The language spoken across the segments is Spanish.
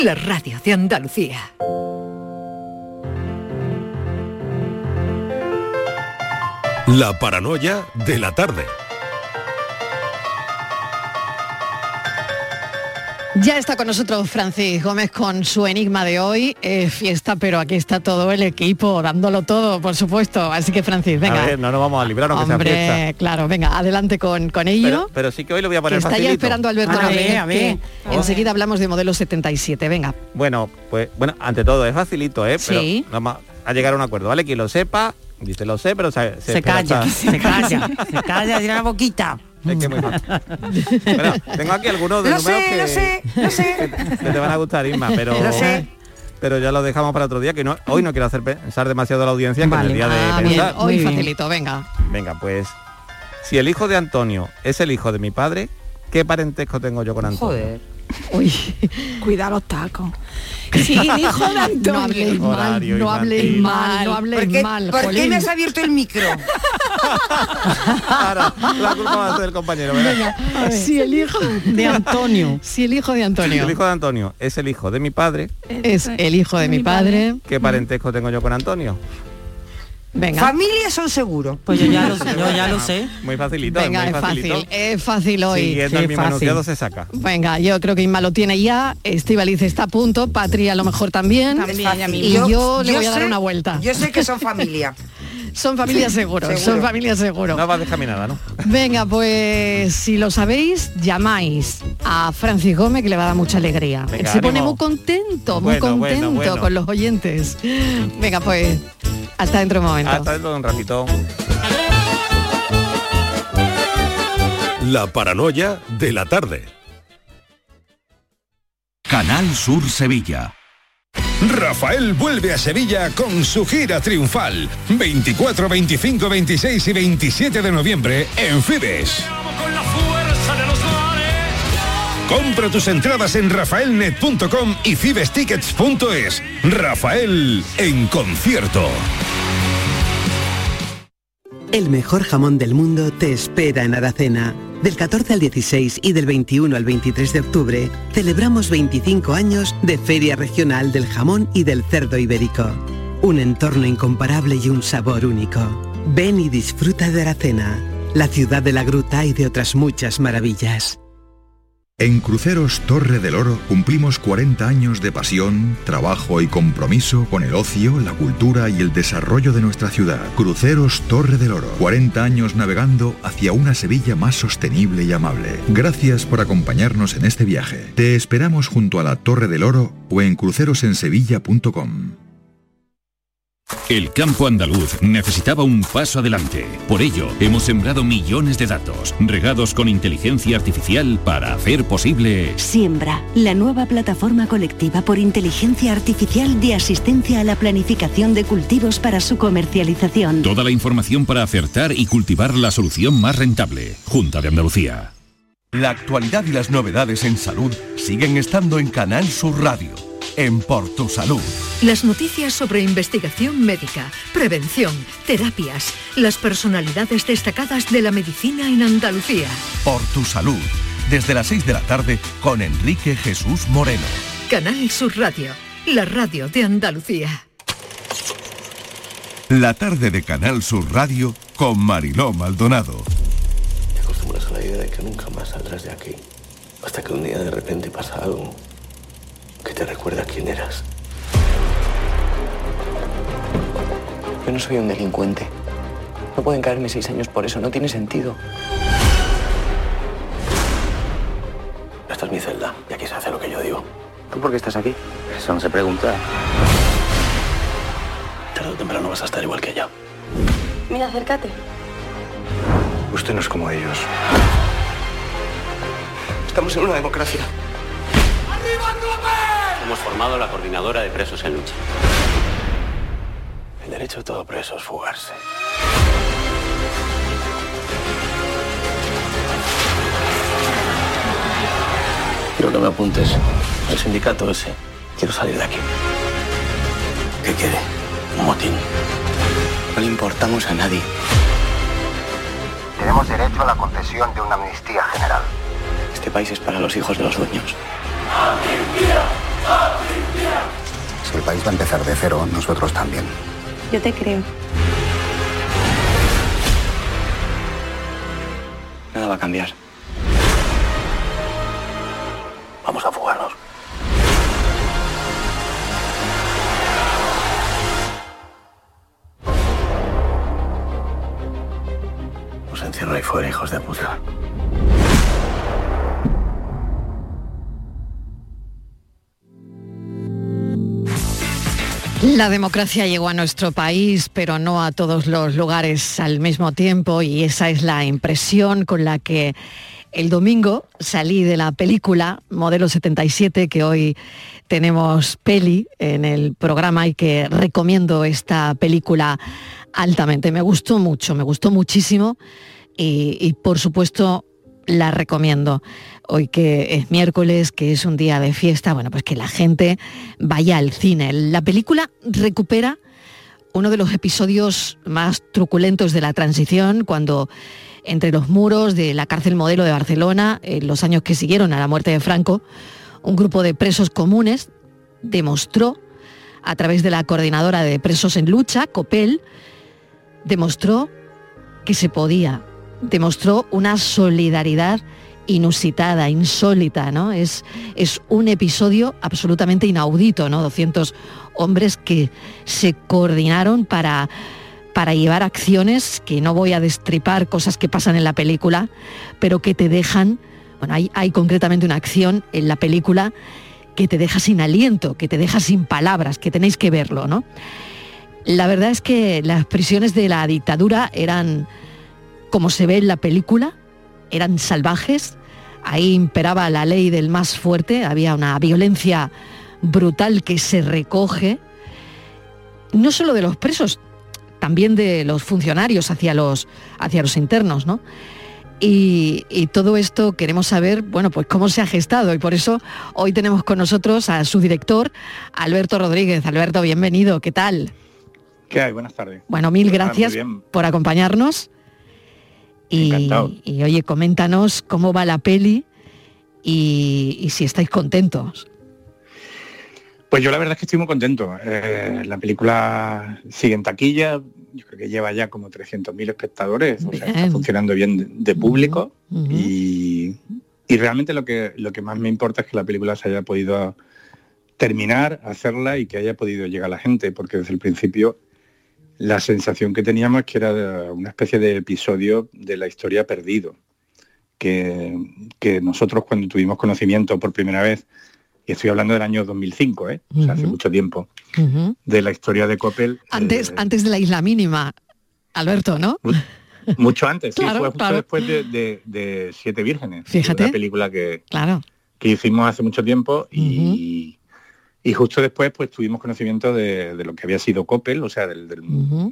la radio de Andalucía. La paranoia de la tarde. Ya está con nosotros Francis Gómez con su enigma de hoy. Fiesta, pero aquí está todo el equipo dándolo todo, por supuesto. Así que Francis, venga. A ver, no nos vamos a librar aunque sea fiesta. Claro, venga, adelante con ello. Pero sí que hoy lo voy a poner que está facilito. ya esperando Alberto. A ver. Enseguida hablamos de modelo 77, venga. Bueno, pues ante todo es facilito, Sí. Pero vamos a llegar a un acuerdo, ¿vale? Quien lo sepa, dice lo sé, pero se calla, se calla, tiene la boquita. Es que muy fácil. Bueno, tengo aquí algunos de números que te van a gustar, Isma, pero ya lo dejamos para otro día, que hoy no quiero hacer pensar demasiado a la audiencia, que es el día de pensar. Bien, hoy facilito, venga. Venga, pues, si el hijo de Antonio es el hijo de mi padre, ¿qué parentesco tengo yo con Antonio? Joder. Uy, cuidado los tacos. Sí, hijo de Antonio. No habléis mal. ¿Por qué me has abierto el micro? Ahora, la culpa va a ser del compañero, ¿verdad? Venga, si el hijo de Antonio. Si el hijo de Antonio. El hijo de Antonio es el hijo de mi padre. Es el hijo de mi padre. ¿Qué parentesco tengo yo con Antonio? Venga. Familias son seguros. Pues yo ya lo sé. Muy facilito. Venga, muy facilito. es fácil hoy. Siguiendo el mismo enunciado se saca. Venga, yo creo que Inma lo tiene ya, Estíbaliz está a punto, Patria a lo mejor también. Y yo le voy a dar una vuelta. Yo sé que son familia. Son familias seguro. Son familias seguro. No va a dejarme nada, ¿no? Venga, pues si lo sabéis, llamáis a Francis Gómez, que le va a dar mucha alegría. Venga, Él se pone ánimo. muy contento Bueno. con los oyentes. Venga, pues hasta dentro de un momento. Hasta dentro de un ratito. La paranoia de la tarde. Canal Sur Sevilla. Rafael vuelve a Sevilla con su gira triunfal. 24, 25, 26 y 27 de noviembre en Fibes. Compra tus entradas en rafaelnet.com y fibestickets.es. Rafael en concierto. El mejor jamón del mundo te espera en Aracena. Del 14 al 16 y del 21 al 23 de octubre, celebramos 25 años de Feria Regional del Jamón y del Cerdo Ibérico. Un entorno incomparable y un sabor único. Ven y disfruta de Aracena, la ciudad de la gruta y de otras muchas maravillas. En Cruceros Torre del Oro cumplimos 40 años de pasión, trabajo y compromiso con el ocio, la cultura y el desarrollo de nuestra ciudad. Cruceros Torre del Oro, 40 años navegando hacia una Sevilla más sostenible y amable. Gracias por acompañarnos en este viaje. Te esperamos junto a la Torre del Oro o en crucerosensevilla.com. El campo andaluz necesitaba un paso adelante. Por ello, hemos sembrado millones de datos, regados con inteligencia artificial para hacer posible... Siembra, la nueva plataforma colectiva por inteligencia artificial de asistencia a la planificación de cultivos para su comercialización. Toda la información para acertar y cultivar la solución más rentable. Junta de Andalucía. La actualidad y las novedades en salud siguen estando en Canal Sur Radio. En Por Tu Salud. Las noticias sobre investigación médica, prevención, terapias, las personalidades destacadas de la medicina en Andalucía. Por Tu Salud, desde las 6 de la tarde con Enrique Jesús Moreno. Canal Sur Radio, la radio de Andalucía. La tarde de Canal Sur Radio con Mariló Maldonado. Te acostumbras a la idea de que nunca más saldrás de aquí, hasta que un día de repente pasa algo que te recuerda quién eras. Yo no soy un delincuente. No pueden caerme 6 años por eso, no tiene sentido. Esta es mi celda y aquí se hace lo que yo digo. ¿Tú por qué estás aquí? Eso no se pregunta. Tarde o temprano vas a estar igual que yo. Mira, acércate. Usted no es como ellos. Estamos en una democracia. Hemos formado la coordinadora de presos en lucha. El derecho de todo preso es fugarse. Quiero que me apuntes al sindicato ese. Quiero salir de aquí. ¿Qué quiere? Un motín. No le importamos a nadie. Tenemos derecho a la concesión de una amnistía general. Este país es para los hijos de los dueños. Si el país va a empezar de cero, nosotros también. Yo te creo. Nada va a cambiar. Vamos a fugarnos. Os encierro ahí fuera, hijos de puta. La democracia llegó a nuestro país, pero no a todos los lugares al mismo tiempo, y esa es la impresión con la que el domingo salí de la película Modelo 77, que hoy tenemos peli en el programa y que recomiendo esta película altamente. Me gustó mucho, me gustó muchísimo y por supuesto la recomiendo. Hoy que es miércoles, que es un día de fiesta, bueno, pues que la gente vaya al cine. La película recupera uno de los episodios más truculentos de la transición, cuando entre los muros de la cárcel Modelo de Barcelona, en los años que siguieron a la muerte de Franco, un grupo de presos comunes demostró, a través de la Coordinadora de Presos en Lucha, COPEL, demostró que se podía, demostró una solidaridad inusitada, insólita, ¿no? Es un episodio absolutamente inaudito, ¿no? 200 hombres que se coordinaron para llevar acciones que no voy a destripar, cosas que pasan en la película, pero que te dejan, bueno, hay concretamente una acción en la película que te deja sin aliento, que te deja sin palabras, que tenéis que verlo, ¿no? La verdad es que las prisiones de la dictadura eran, como se ve en la película, eran salvajes. Ahí imperaba la ley del más fuerte, había una violencia brutal que se recoge, no solo de los presos, también de los funcionarios hacia los internos, ¿no? Y todo esto queremos saber, bueno, pues cómo se ha gestado, y por eso hoy tenemos con nosotros a su director, Alberto Rodríguez. Alberto, bienvenido, ¿qué tal? ¿Qué hay? Buenas tardes. Bueno, mil gracias por acompañarnos. Encantado. Y oye, coméntanos cómo va la peli y si estáis contentos. Pues yo la verdad es que estoy muy contento. La película sigue en taquilla, yo creo que lleva ya como 300.000 espectadores, o sea, está funcionando bien de público. Y realmente lo que más me importa es que la película se haya podido terminar, hacerla y que haya podido llegar a la gente, porque desde el principio la sensación que teníamos es que era una especie de episodio de la historia perdido, que nosotros cuando tuvimos conocimiento por primera vez, y estoy hablando del año 2005, o sea, hace mucho tiempo, de la historia de COPEL. Antes de la Isla Mínima, Alberto, ¿no? Mucho antes, claro, sí, fue justo claro. Después de Siete Vírgenes. Fíjate. Una película que hicimos hace mucho tiempo y justo después pues tuvimos conocimiento de lo que había sido COPEL, o sea, del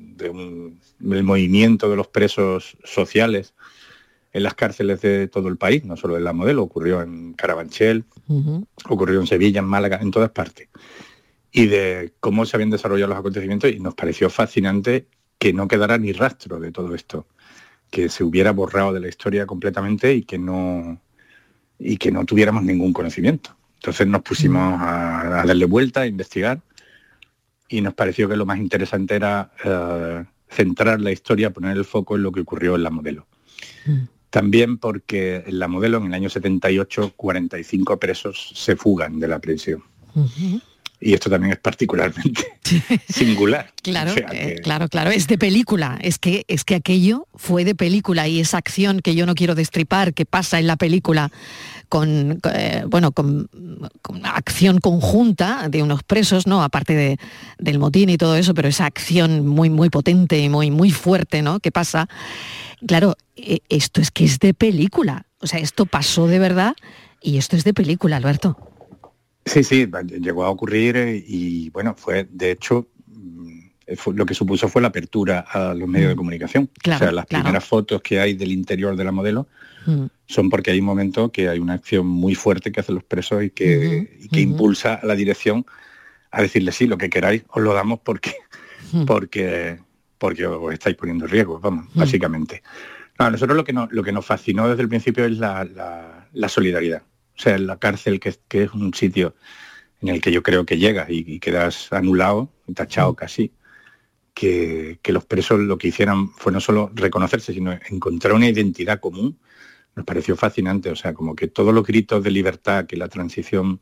movimiento de los presos sociales en las cárceles de todo el país, no solo en la Modelo, ocurrió en Carabanchel, ocurrió en Sevilla, en Málaga, en todas partes. Y de cómo se habían desarrollado los acontecimientos, y nos pareció fascinante que no quedara ni rastro de todo esto, que se hubiera borrado de la historia completamente y que no tuviéramos ningún conocimiento. Entonces nos pusimos a darle vuelta, a investigar, y nos pareció que lo más interesante era centrar la historia, poner el foco en lo que ocurrió en la Modelo. También porque en la Modelo, en el año 78, 45 presos se fugan de la prisión. Y esto también es particularmente singular. Claro, o sea que... claro, es de película, es que aquello fue de película, y esa acción que yo no quiero destripar, que pasa en la película con acción conjunta de unos presos, ¿no? Aparte del motín y todo eso, pero esa acción muy, muy potente y muy, muy fuerte, ¿no? Que pasa, claro, esto es que es de película, o sea, esto pasó de verdad y esto es de película, Alberto. Sí, llegó a ocurrir y bueno, fue, de hecho, lo que supuso fue la apertura a los medios de comunicación. Claro, o sea, las primeras fotos que hay del interior de la Modelo son porque hay un momento que hay una acción muy fuerte que hacen los presos y que impulsa a la dirección a decirle sí, lo que queráis, os lo damos porque os estáis poniendo en riesgo, vamos, básicamente. No, a nosotros lo que nos fascinó desde el principio es la solidaridad. O sea, la cárcel, que es un sitio en el que yo creo que llegas y quedas anulado, tachado casi, que los presos lo que hicieran fue no solo reconocerse, sino encontrar una identidad común. Nos pareció fascinante, o sea, como que todos los gritos de libertad que la transición,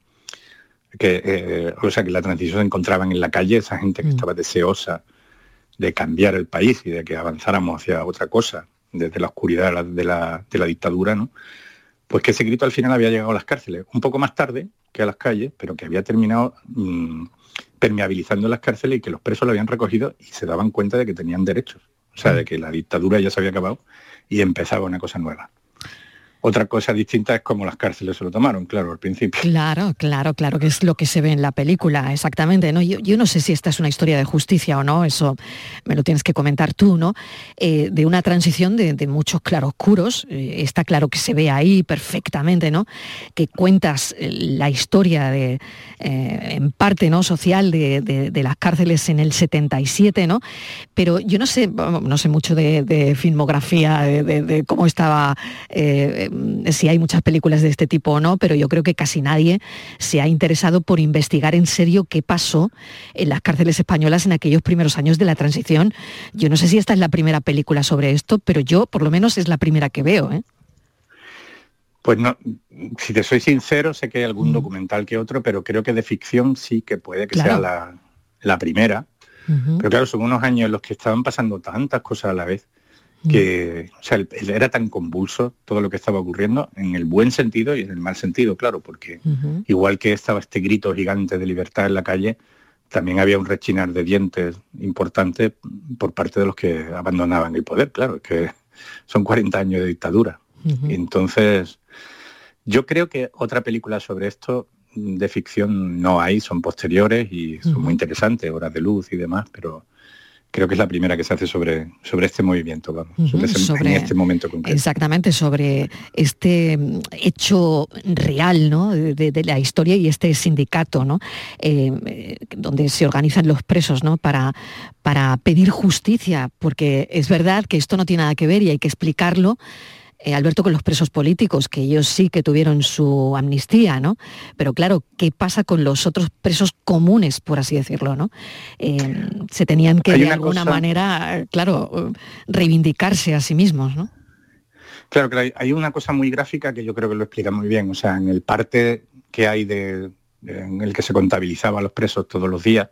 que la transición encontraban en la calle, esa gente que estaba deseosa de cambiar el país y de que avanzáramos hacia otra cosa, desde la oscuridad de la dictadura, ¿no? Pues que ese grito al final había llegado a las cárceles, un poco más tarde que a las calles, pero que había terminado permeabilizando las cárceles y que los presos lo habían recogido y se daban cuenta de que tenían derechos, o sea, de que la dictadura ya se había acabado y empezaba una cosa nueva. Otra cosa distinta es cómo las cárceles se lo tomaron, claro, al principio. Claro, que es lo que se ve en la película, exactamente, ¿no? Yo no sé si esta es una historia de justicia o no, eso me lo tienes que comentar tú, ¿no? De una transición de muchos claroscuros, está claro que se ve ahí perfectamente, ¿no? Que cuentas la historia en parte, ¿no?, social de las cárceles en el 77, ¿no? Pero yo no sé mucho de filmografía, de cómo estaba... si hay muchas películas de este tipo o no, pero yo creo que casi nadie se ha interesado por investigar en serio qué pasó en las cárceles españolas en aquellos primeros años de la transición. Yo no sé si esta es la primera película sobre esto, pero yo por lo menos es la primera que veo, ¿eh? Pues no, si te soy sincero, sé que hay algún documental que otro, pero creo que de ficción sí que puede que sea la primera. Pero claro, son unos años en los que estaban pasando tantas cosas a la vez, que, o sea, era tan convulso todo lo que estaba ocurriendo, en el buen sentido y en el mal sentido, claro, porque igual que estaba este grito gigante de libertad en la calle, también había un rechinar de dientes importante por parte de los que abandonaban el poder, claro, que son 40 años de dictadura. Entonces, yo creo que otra película sobre esto de ficción no hay, son posteriores y son muy interesantes, Horas de Luz y demás, pero... creo que es la primera que se hace sobre este movimiento, vamos, en este momento concreto. Exactamente, sobre este hecho real, ¿no?, de la historia y este sindicato, ¿no?, donde se organizan los presos, ¿no?, para pedir justicia, porque es verdad que esto no tiene nada que ver y hay que explicarlo, Alberto, con los presos políticos, que ellos sí que tuvieron su amnistía, ¿no? Pero claro, ¿qué pasa con los otros presos comunes, por así decirlo, ¿no? Se tenían que de alguna manera, claro, reivindicarse a sí mismos, ¿no? Claro, que hay una cosa muy gráfica que yo creo que lo explica muy bien. O sea, en el parte que hay en el que se contabilizaba a los presos todos los días,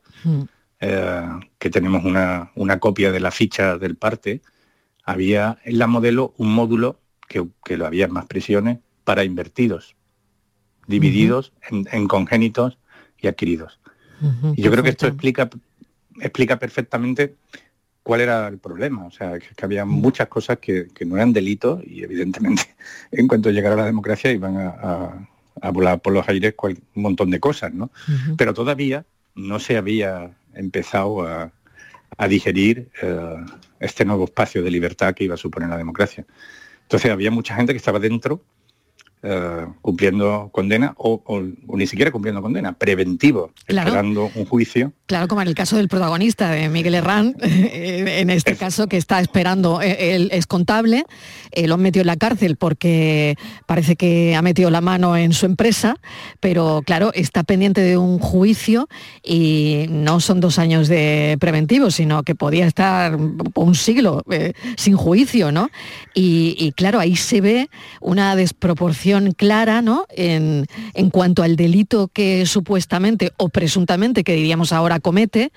que tenemos una copia de la ficha del parte, había en la modelo un módulo que lo había en más prisiones para invertidos, divididos en congénitos y adquiridos. Y yo creo que esto explica perfectamente cuál era el problema. O sea, que había muchas cosas que no eran delitos y evidentemente en cuanto llegara la democracia iban a volar por los aires un montón de cosas, ¿no? Pero todavía no se había empezado a digerir este nuevo espacio de libertad que iba a suponer la democracia. Entonces había mucha gente que estaba dentro cumpliendo condena o ni siquiera cumpliendo condena, preventivo, esperando un juicio. Claro, como en el caso del protagonista de Miguel Herrán, en este caso que está esperando, él es contable, lo han metido en la cárcel porque parece que ha metido la mano en su empresa, pero claro, está pendiente de un juicio y no son 2 años de preventivo, sino que podía estar un siglo sin juicio, ¿no? Y claro, ahí se ve una desproporción clara, ¿no?, en cuanto al delito que supuestamente o presuntamente, que diríamos ahora, comete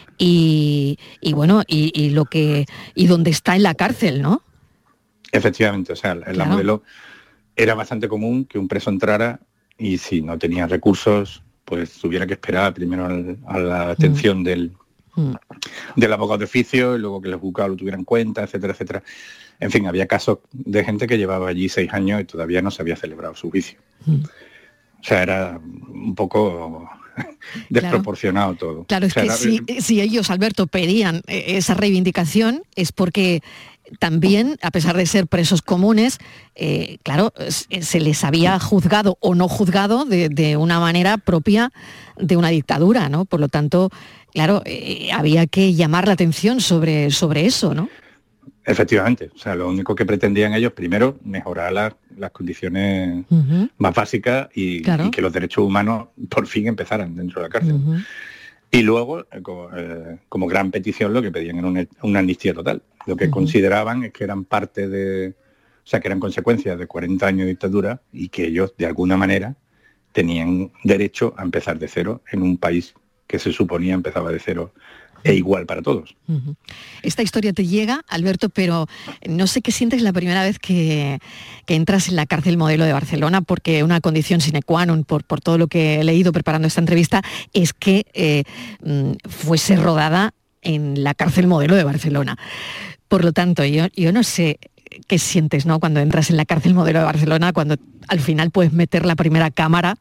y bueno, y lo que y dónde está en la cárcel, ¿no? Efectivamente, o sea, en la modelo era bastante común que un preso entrara y si no tenía recursos, pues tuviera que esperar primero a la atención del abogado de oficio y luego que el juzgado lo tuviera en cuenta, etcétera, etcétera. En fin, había casos de gente que llevaba allí 6 años y todavía no se había celebrado su juicio. O sea, era un poco desproporcionado todo. Claro, es que si ellos, Alberto, pedían esa reivindicación es porque también, a pesar de ser presos comunes, claro, se les había juzgado o no juzgado de una manera propia de una dictadura, ¿no? Por lo tanto, claro, había que llamar la atención sobre eso, ¿no? Efectivamente, o sea, lo único que pretendían ellos, primero, mejorar las condiciones más básicas y que los derechos humanos por fin empezaran dentro de la cárcel. Y luego, como gran petición, lo que pedían era una amnistía total. Lo que consideraban es que eran parte de, o sea, que eran consecuencias de 40 años de dictadura y que ellos, de alguna manera, tenían derecho a empezar de cero en un país que se suponía empezaba de cero e igual para todos. Esta historia te llega, Alberto, pero no sé qué sientes la primera vez que entras en la cárcel Modelo de Barcelona, porque una condición sine qua non, por todo lo que he leído preparando esta entrevista, es que fuese rodada en la cárcel Modelo de Barcelona. Por lo tanto, yo no sé qué sientes, ¿no?, cuando entras en la cárcel Modelo de Barcelona, cuando al final puedes meter la primera cámara,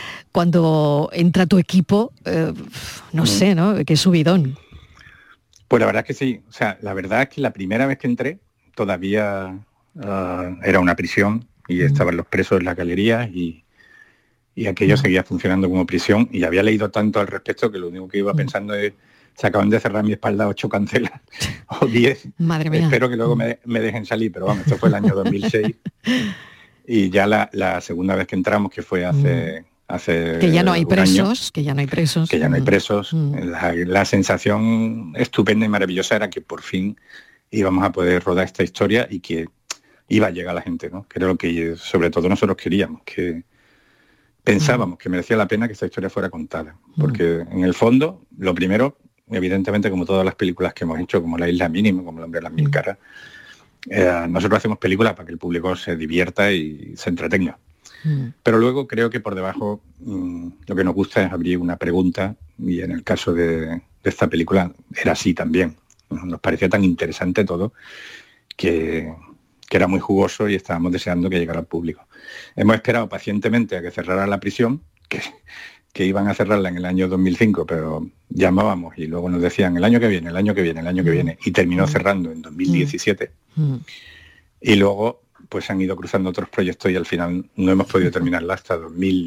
cuando entra tu equipo, no sé, ¿no?, qué subidón. Pues la verdad es que sí, o sea, la verdad es que la primera vez que entré todavía era una prisión y estaban los presos en la galería y aquello seguía funcionando como prisión y había leído tanto al respecto que lo único que iba pensando es, se acaban de cerrar mi espalda 8 cancelas o 10. Madre mía. Espero que luego me dejen salir, pero vamos, esto fue el año 2006 y ya la segunda vez que entramos, que fue hace que ya no hay presos, que ya no hay presos. Que ya no hay presos. La sensación estupenda y maravillosa era que por fin íbamos a poder rodar esta historia y que iba a llegar a la gente, ¿no? Que era lo que sobre todo nosotros queríamos, que pensábamos que merecía la pena que esta historia fuera contada. Porque en el fondo, lo primero, evidentemente, como todas las películas que hemos hecho, como La Isla Mínima, como El Hombre de las Mil Caras, nosotros hacemos películas para que el público se divierta y se entretenga. Pero luego creo que por debajo lo que nos gusta es abrir una pregunta y en el caso de esta película era así también. Nos parecía tan interesante todo que era muy jugoso y estábamos deseando que llegara al público. Hemos esperado pacientemente a que cerrara la prisión, que iban a cerrarla en el año 2005, pero llamábamos y luego nos decían el año que viene, y terminó cerrando en 2017. Y luego pues han ido cruzando otros proyectos y al final no hemos podido terminarla hasta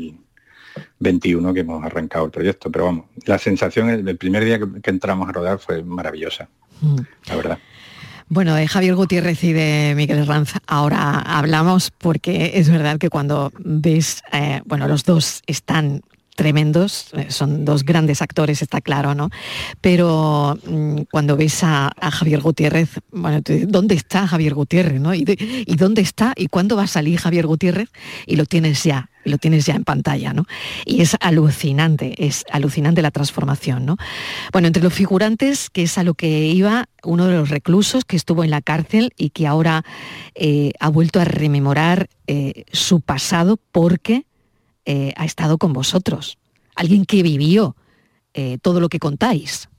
2021 que hemos arrancado el proyecto. Pero vamos, la sensación el primer día que entramos a rodar fue maravillosa, la verdad. Bueno, de Javier Gutiérrez y de Miguel Herranz ahora hablamos, porque es verdad que cuando ves, los dos están tremendos, son dos grandes actores, está claro, ¿no? Pero cuando ves a Javier Gutiérrez, bueno, tú dices, ¿dónde está Javier Gutiérrez, no? ¿Y dónde está? ¿Y cuándo va a salir Javier Gutiérrez? Y lo tienes ya en pantalla, ¿no? Y es alucinante la transformación, ¿no? Bueno, entre los figurantes, que es a lo que iba, uno de los reclusos que estuvo en la cárcel y que ahora ha vuelto a rememorar su pasado porque ha estado con vosotros, alguien que vivió todo lo que contáis.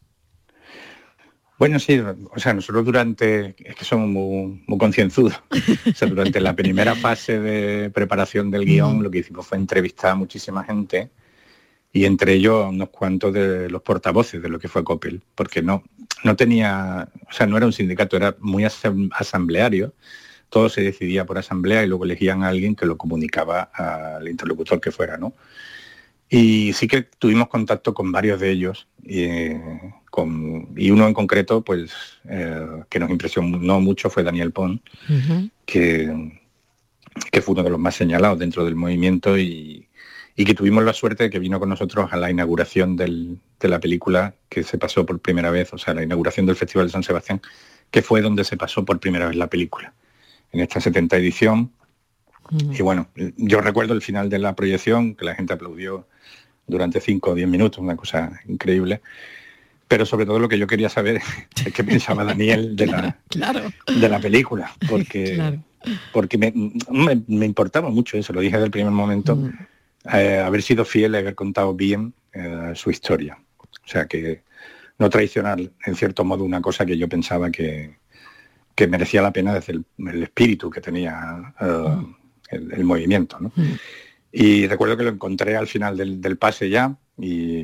Bueno, sí, o sea, nosotros es que somos muy concienzudos. O sea, durante la primera fase de preparación del guión, lo que hicimos fue entrevistar a muchísima gente y entre ellos unos cuantos de los portavoces de lo que fue Coppel, porque no tenía, o sea, no era un sindicato, era muy asambleario. Todo se decidía por asamblea y luego elegían a alguien que lo comunicaba al interlocutor que fuera, ¿no? Y sí que tuvimos contacto con varios de ellos y uno en concreto, pues, que nos impresionó mucho fue Daniel Pon, que fue uno de los más señalados dentro del movimiento y que tuvimos la suerte de que vino con nosotros a la inauguración de la película que se pasó por primera vez, o sea, la inauguración del Festival de San Sebastián, que fue donde se pasó por primera vez la película, en esta 70 edición. Y bueno, yo recuerdo el final de la proyección, que la gente aplaudió durante 5 o 10 minutos, una cosa increíble. Pero sobre todo lo que yo quería saber es qué pensaba Daniel de la película, porque me importaba mucho eso, lo dije desde el primer momento, haber sido fiel y haber contado bien su historia. O sea, que no traicionar en cierto modo una cosa que yo pensaba que merecía la pena desde el espíritu que tenía el movimiento, ¿no? Y recuerdo que lo encontré al final del pase ya y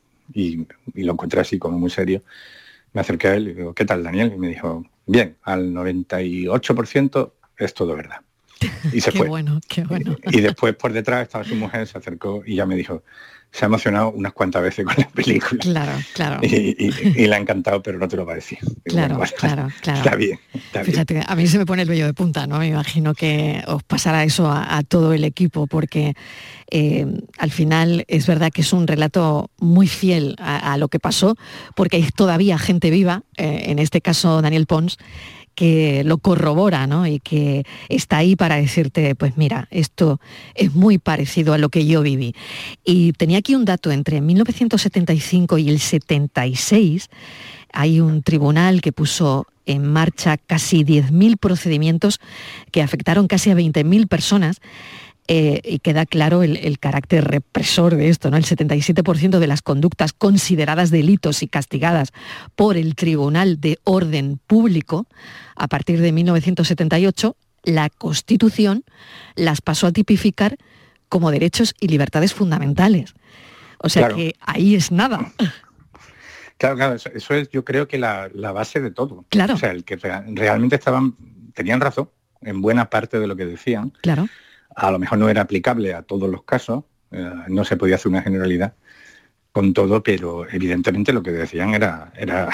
lo encontré así como muy serio. Me acerqué a él y digo, ¿qué tal, Daniel? Y me dijo, bien, al 98% es todo verdad. Y se fue. Qué bueno. Y después por detrás estaba su mujer, se acercó y ya me dijo, se ha emocionado unas cuantas veces con la película. Claro. Y le ha encantado, pero no te lo va a decir. Claro. Está bien. Fíjate, a mí se me pone el vello de punta, ¿no? Me imagino que os pasará eso a todo el equipo, porque al final es verdad que es un relato muy fiel a lo que pasó, porque hay todavía gente viva, en este caso Daniel Pons, que lo corrobora, ¿no? Y que está ahí para decirte, pues mira, esto es muy parecido a lo que yo viví. Y tenía aquí un dato, entre 1975 y el 76 hay un tribunal que puso en marcha casi 10.000 procedimientos que afectaron casi a 20.000 personas. Y queda claro el carácter represor de esto, ¿no? El 77% de las conductas consideradas delitos y castigadas por el Tribunal de Orden Público, a partir de 1978, la Constitución las pasó a tipificar como derechos y libertades fundamentales. O sea que ahí es nada. Claro, eso es, yo creo que la base de todo. Claro. O sea, el que realmente tenían razón en buena parte de lo que decían. Claro. A lo mejor no era aplicable a todos los casos, no se podía hacer una generalidad con todo, pero evidentemente lo que decían era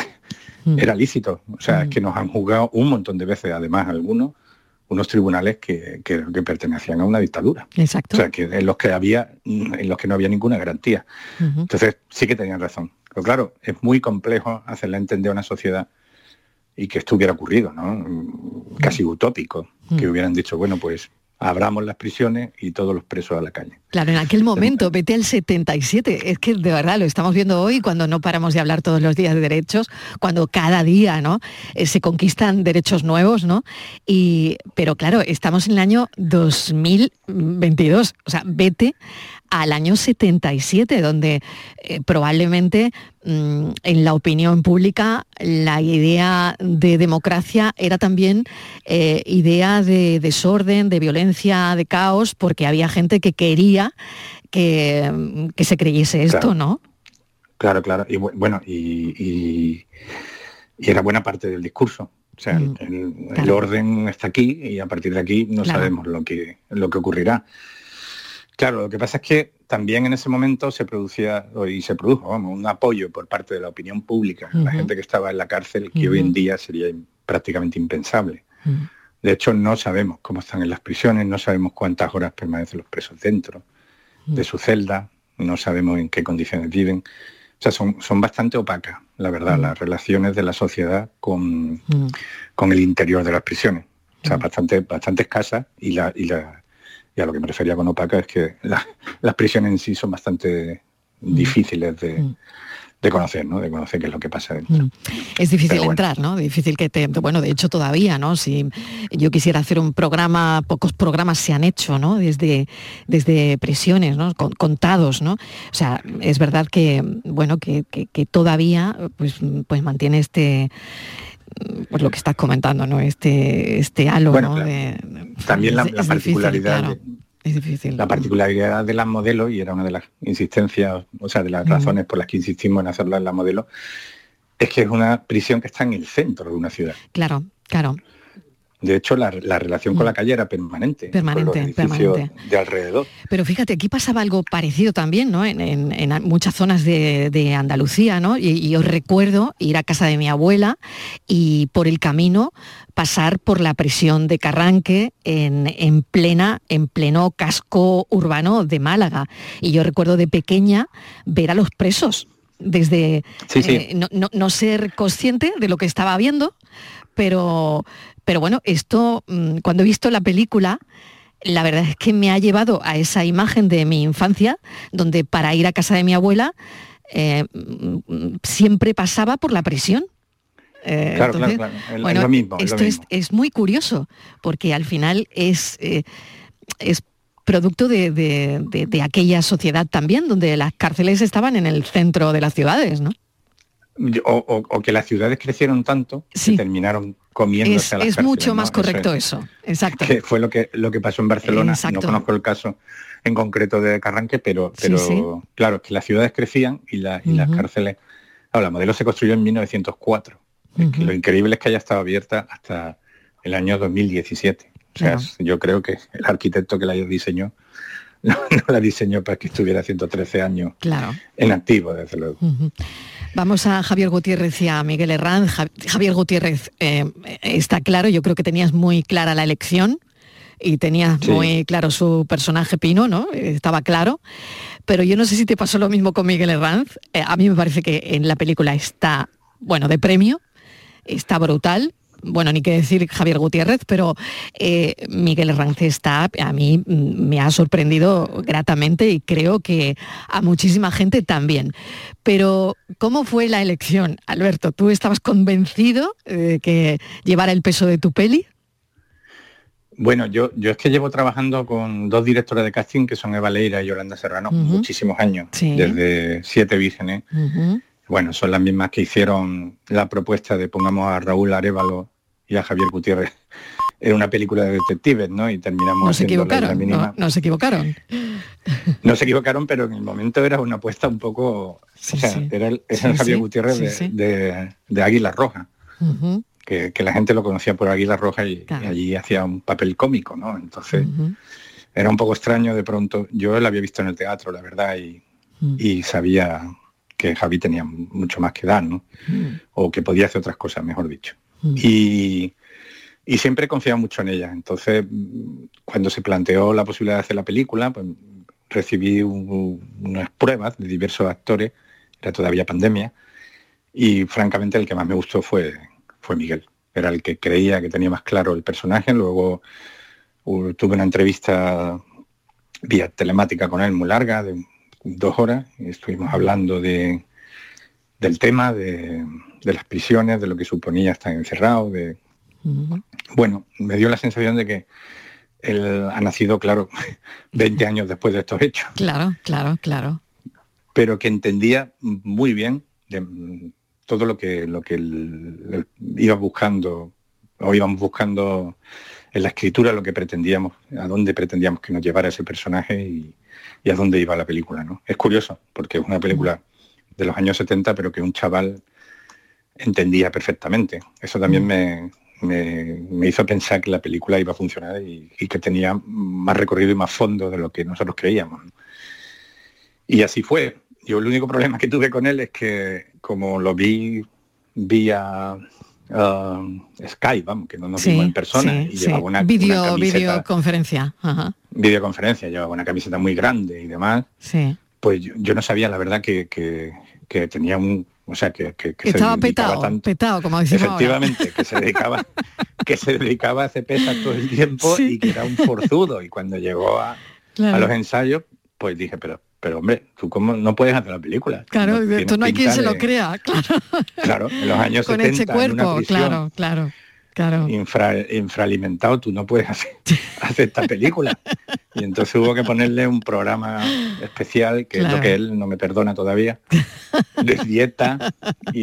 lícito. O sea, es que nos han juzgado un montón de veces, además unos tribunales que pertenecían a una dictadura. Exacto. O sea, que en los que no había ninguna garantía. Entonces sí que tenían razón. Pero claro, es muy complejo hacerle entender a una sociedad y que esto hubiera ocurrido, ¿no? Casi utópico, que hubieran dicho, bueno, pues abramos las prisiones y todos los presos a la calle. Claro, en aquel momento, vete al 77, es que de verdad lo estamos viendo hoy cuando no paramos de hablar todos los días de derechos, cuando cada día, ¿no? Se conquistan derechos nuevos, ¿no? Pero claro, estamos en el año 2022, o sea, vete al año 77, donde probablemente en la opinión pública la idea de democracia era también idea de desorden, de violencia, de caos, porque había gente que quería que se creyese esto, ¿no? Claro. Y bueno, y era buena parte del discurso. O sea, el orden está aquí y a partir de aquí no sabemos lo que ocurrirá. Claro, lo que pasa es que también en ese momento se producía, y se produjo, un apoyo por parte de la opinión pública, la gente que estaba en la cárcel, que hoy en día sería prácticamente impensable. De hecho, no sabemos cómo están en las prisiones, no sabemos cuántas horas permanecen los presos dentro de su celda, no sabemos en qué condiciones viven. O sea, son bastante opacas, la verdad, las relaciones de la sociedad con el interior de las prisiones. O sea, bastante escasas y a lo que me refería con opaca es que las prisiones en sí son bastante difíciles de conocer, ¿no? De conocer qué es lo que pasa dentro. Es difícil entrar, ¿no? Difícil bueno, de hecho todavía, ¿no? Si yo quisiera hacer un programa, pocos programas se han hecho, ¿no? Desde prisiones, ¿no? Contados, ¿no? O sea, es verdad que, bueno, que todavía pues mantiene pues lo que estás comentando, ¿no? Este halo, bueno, ¿no? También la particularidad, difícil, claro. Es difícil. La particularidad de las modelos, y era una de las insistencias, o sea, de las razones por las que insistimos en hacerla en la modelo, es que es una prisión que está en el centro de una ciudad. Claro. De hecho, la relación con la calle era permanente. Con los edificios de alrededor. Pero fíjate, aquí pasaba algo parecido también, ¿no? En muchas zonas de Andalucía, ¿no? Y yo recuerdo ir a casa de mi abuela y por el camino pasar por la prisión de Carranque en pleno casco urbano de Málaga. Y yo recuerdo de pequeña ver a los presos desde no ser consciente de lo que estaba viendo, pero bueno, esto, cuando he visto la película, la verdad es que me ha llevado a esa imagen de mi infancia, donde para ir a casa de mi abuela siempre pasaba por la prisión. Claro. Bueno, es lo mismo. Esto es muy curioso, porque al final es producto de aquella sociedad también, donde las cárceles estaban en el centro de las ciudades, ¿no? O que las ciudades crecieron tanto que terminaron comiéndose a las cárceles. Es mucho más correcto eso, exacto. Que fue lo que pasó en Barcelona. Exacto. No conozco el caso en concreto de Carranque, pero claro, que las ciudades crecían y las cárceles... Claro, la modelo se construyó en 1904. Es que lo increíble es que haya estado abierta hasta el año 2017. O sea, yo creo que el arquitecto que la diseñó no la diseñó para que estuviera 113 años en activo, desde luego. Vamos a Javier Gutiérrez y a Miguel Herranz. Javier Gutiérrez, está claro, yo creo que tenías muy clara la elección y tenías muy claro su personaje Pino, ¿no? Estaba claro. Pero yo no sé si te pasó lo mismo con Miguel Herranz. A mí me parece que en la película está, bueno, de premio, está brutal. Bueno, ni qué decir Javier Gutiérrez, pero Miguel Herranz está, a mí me ha sorprendido gratamente y creo que a muchísima gente también. Pero, ¿cómo fue la elección, Alberto? ¿Tú estabas convencido de que llevara el peso de tu peli? Bueno, yo es que llevo trabajando con 2 directoras de casting, que son Eva Leira y Yolanda Serrano, muchísimos años, desde 7 Vírgenes. Bueno, son las mismas que hicieron la propuesta de pongamos a Raúl Arévalo y a Javier Gutiérrez en una película de detectives, ¿no? Y terminamos No se equivocaron, no se equivocaron. No se equivocaron, pero en el momento era una apuesta un poco... era el Javier Gutiérrez de Águila Roja, que la gente lo conocía por Águila Roja y allí hacía un papel cómico, ¿no? Entonces era un poco extraño de pronto. Yo la había visto en el teatro, la verdad, y sabía que Javi tenía mucho más que dar, ¿no? O que podía hacer otras cosas, mejor dicho. Y siempre he confiado mucho en ella. Entonces, cuando se planteó la posibilidad de hacer la película, pues recibí unas pruebas de diversos actores, era todavía pandemia, y francamente el que más me gustó fue Miguel. Era el que creía que tenía más claro el personaje. Luego tuve una entrevista vía telemática con él muy larga, de 2 horas, y estuvimos hablando del tema, de las prisiones, de lo que suponía estar encerrado, Bueno, me dio la sensación de que él ha nacido, claro, 20 años después de estos hechos. Claro. Pero que entendía muy bien todo lo que él iba buscando, o íbamos buscando en la escritura, lo que pretendíamos, a dónde pretendíamos que nos llevara ese personaje y a dónde iba la película, ¿no? Es curioso, porque es una película de los años 70, pero que un chaval entendía perfectamente. Eso también me hizo pensar que la película iba a funcionar y que tenía más recorrido y más fondo de lo que nosotros creíamos. Y así fue. Yo el único problema que tuve con él es que, como lo vi vía Skype, vamos, que no nos vimos en persona, y llevaba una camiseta, videoconferencia. Videoconferencia, llevaba una camiseta muy grande y demás. Pues yo no sabía, la verdad, que tenía un... O sea, que estaba petado, como decimos efectivamente, ahora. que se dedicaba a hacer pesas todo el tiempo y que era un forzudo. Y cuando llegó a los ensayos, pues dije, pero hombre, ¿tú cómo no puedes hacer la película? Claro, esto no hay quien se lo crea, Claro, en los años con 70, ese cuerpo, en una prisión, claro. Infraalimentado, tú no puedes hacer esta película. Y entonces hubo que ponerle un programa especial, que es lo que él no me perdona todavía, de dieta y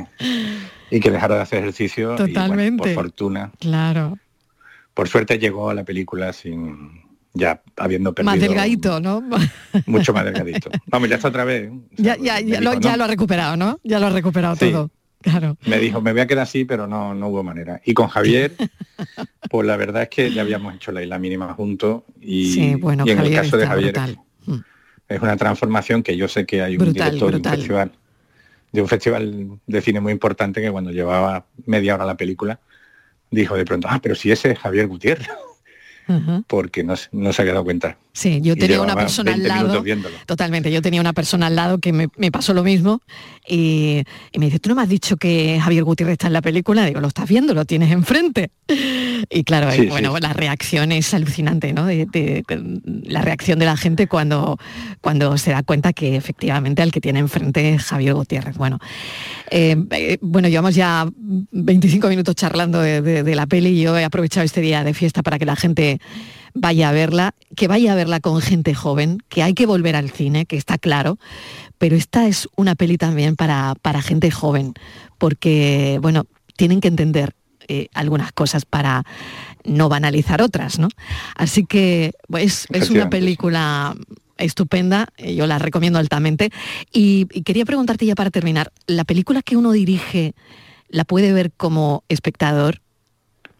que dejara de hacer ejercicio. Totalmente. Y, bueno, por fortuna. Claro. Por suerte llegó a la película ya habiendo perdido... Más delgadito, ¿no? Mucho más delgadito. Vamos, ya está otra vez. O sea, ya lo ha recuperado, ¿no? Ya lo ha recuperado todo. Claro. Me dijo, me voy a quedar así, pero no hubo manera. Y con Javier, pues la verdad es que ya habíamos hecho la Isla Mínima juntos y en el caso de Javier es una transformación que yo sé que hay un director de un festival de cine muy importante que cuando llevaba media hora la película dijo de pronto, pero si ese es Javier Gutiérrez. Porque no se había dado cuenta. Sí, yo tenía una persona al lado, totalmente, yo tenía una persona al lado que me pasó lo mismo y me dice, ¿tú no me has dicho que Javier Gutiérrez está en la película? Digo, lo estás viendo, lo tienes enfrente. Y claro, la reacción es alucinante, ¿no? De la reacción de la gente cuando se da cuenta que efectivamente al que tiene enfrente es Javier Gutiérrez. Bueno, llevamos ya 25 minutos charlando de la peli y yo he aprovechado este día de fiesta para que la gente vaya a verla, que vaya a verla con gente joven, que hay que volver al cine, que está claro, pero esta es una peli también para gente joven, porque, bueno, tienen que entender algunas cosas para no banalizar otras, ¿no? Así que pues, es una película estupenda, yo la recomiendo altamente. Y quería preguntarte ya para terminar, ¿la película que uno dirige la puede ver como espectador?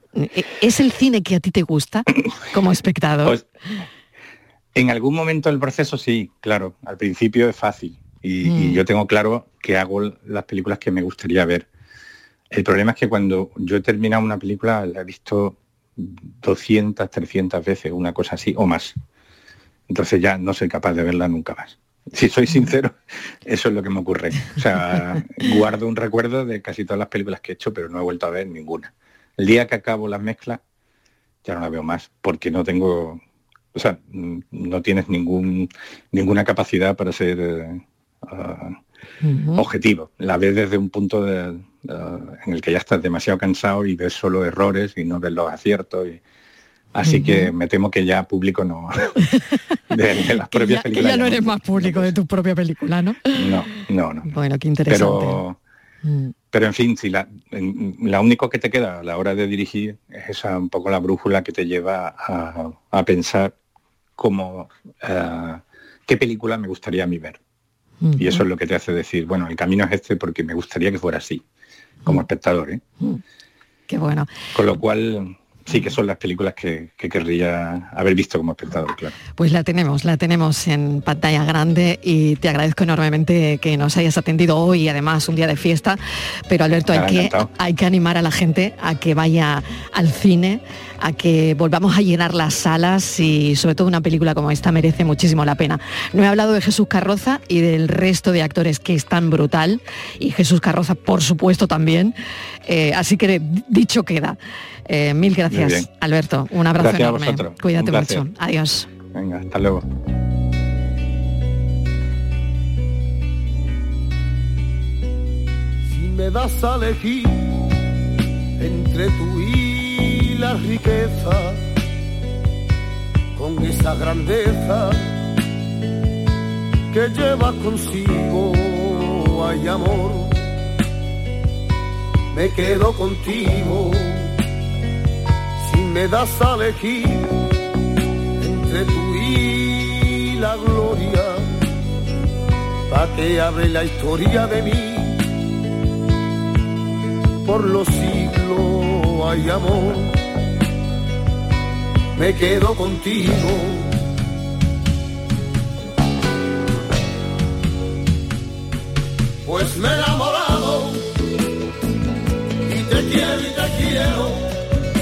¿Es el cine que a ti te gusta como espectador? Pues, en algún momento del proceso sí, claro. Al principio es fácil y yo tengo claro que hago las películas que me gustaría ver. El problema es que cuando yo he terminado una película la he visto 200, 300 veces, una cosa así o más. Entonces ya no soy capaz de verla nunca más. Si soy sincero, eso es lo que me ocurre. O sea, guardo un recuerdo de casi todas las películas que he hecho, pero no he vuelto a ver ninguna. El día que acabo las mezclas, ya no la veo más, porque no tengo... O sea, no tienes ninguna capacidad para ser objetivo. La ves desde un punto en el que ya estás demasiado cansado y ves solo errores y no ves los aciertos. Así que me temo que ya público no... de las propias películas. Que ya no eres más público de tu propia película, ¿no? No. Bueno, qué interesante. Pero en fin, si la único que te queda a la hora de dirigir es esa un poco la brújula que te lleva a pensar qué película me gustaría a mí ver. Y eso es lo que te hace decir, bueno, el camino es este porque me gustaría que fuera así, como espectador, ¿eh? Qué bueno. Con lo cual... sí que son las películas que querría haber visto como espectador, claro. Pues la tenemos en pantalla grande y te agradezco enormemente que nos hayas atendido hoy, además un día de fiesta, pero Alberto, hay que animar a la gente a que vaya al cine, a que volvamos a llenar las salas y sobre todo una película como esta merece muchísimo la pena. No he hablado de Jesús Carroza y del resto de actores que es tan brutal y Jesús Carroza por supuesto también, así que dicho queda. Mil gracias, Alberto. Un abrazo enorme. A vosotros. Cuídate mucho. Adiós. Venga, hasta luego. Si me das a elegir entre tú y la riqueza, con esa grandeza que lleva consigo, hay amor, me quedo contigo. Me das a elegir entre tú y la gloria, pa' que hable la historia de mí. Por los siglos hay amor, me quedo contigo. Pues me he enamorado y te quiero y te quiero.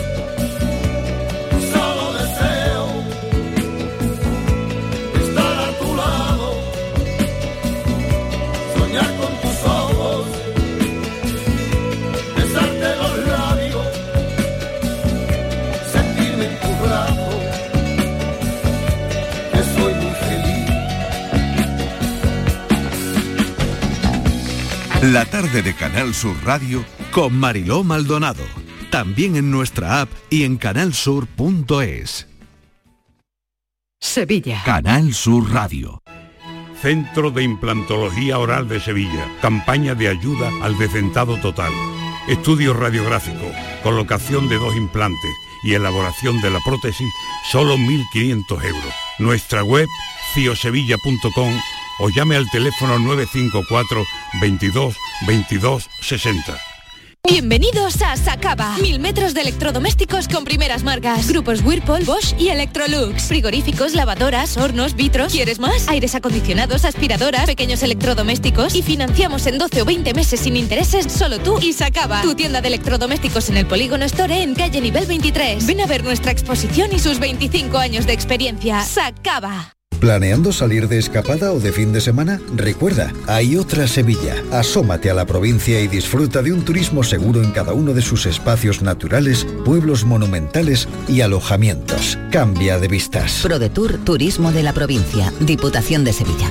La tarde de Canal Sur Radio con Mariló Maldonado. También en nuestra app y en canalsur.es. Sevilla. Canal Sur Radio. Centro de Implantología Oral de Sevilla. Campaña de ayuda al decentado total. Estudio radiográfico, colocación de 2 implantes y elaboración de la prótesis, solo 1.500 euros. Nuestra web, ciosevilla.com o llame al teléfono 954 22 22 60. Bienvenidos a Sacaba. 1000 metros de electrodomésticos con primeras marcas. Grupos Whirlpool, Bosch y Electrolux. Frigoríficos, lavadoras, hornos, vitros. ¿Quieres más? Aires acondicionados, aspiradoras, pequeños electrodomésticos. Y financiamos en 12 o 20 meses sin intereses, solo tú y Sacaba. Tu tienda de electrodomésticos en el Polígono Store en calle Nivel 23. Ven a ver nuestra exposición y sus 25 años de experiencia. Sacaba. ¿Planeando salir de escapada o de fin de semana? Recuerda, hay otra Sevilla. Asómate a la provincia y disfruta de un turismo seguro en cada uno de sus espacios naturales, pueblos monumentales y alojamientos. Cambia de vistas. ProDetour Turismo de la Provincia, Diputación de Sevilla.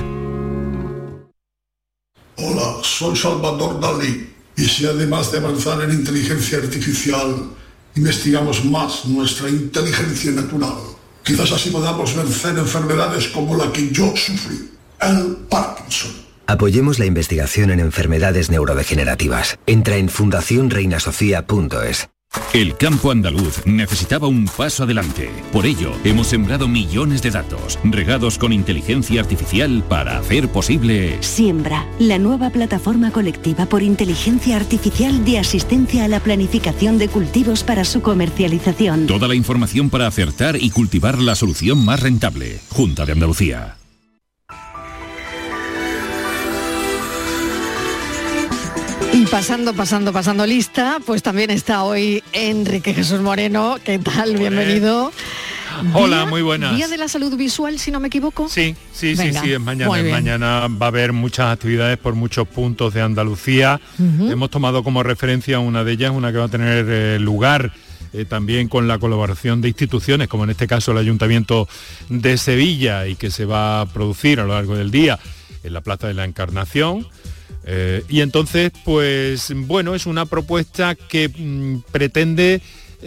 Hola, soy Salvador Dalí. Y si además de avanzar en inteligencia artificial, investigamos más nuestra inteligencia natural, quizás así podamos vencer enfermedades como la que yo sufrí, el Parkinson. Apoyemos la investigación en enfermedades neurodegenerativas. Entra en fundacionreinasofía.es. El campo andaluz necesitaba un paso adelante. Por ello, hemos sembrado millones de datos, regados con inteligencia artificial para hacer posible... Siembra, la nueva plataforma colectiva por inteligencia artificial de asistencia a la planificación de cultivos para su comercialización. Toda la información para acertar y cultivar la solución más rentable. Junta de Andalucía. Y pasando lista, pues también está hoy Enrique Jesús Moreno. ¿Qué tal? Bienvenido. Hola, muy buenas. Día de la salud visual, si no me equivoco. Sí, Venga, es mañana. Mañana va a haber muchas actividades por muchos puntos de Andalucía. Hemos tomado como referencia una de ellas, una que va a tener lugar también con la colaboración de instituciones, como en este caso el Ayuntamiento de Sevilla, y que se va a producir a lo largo del día en la Plaza de la Encarnación. Y entonces, pues bueno, es una propuesta que pretende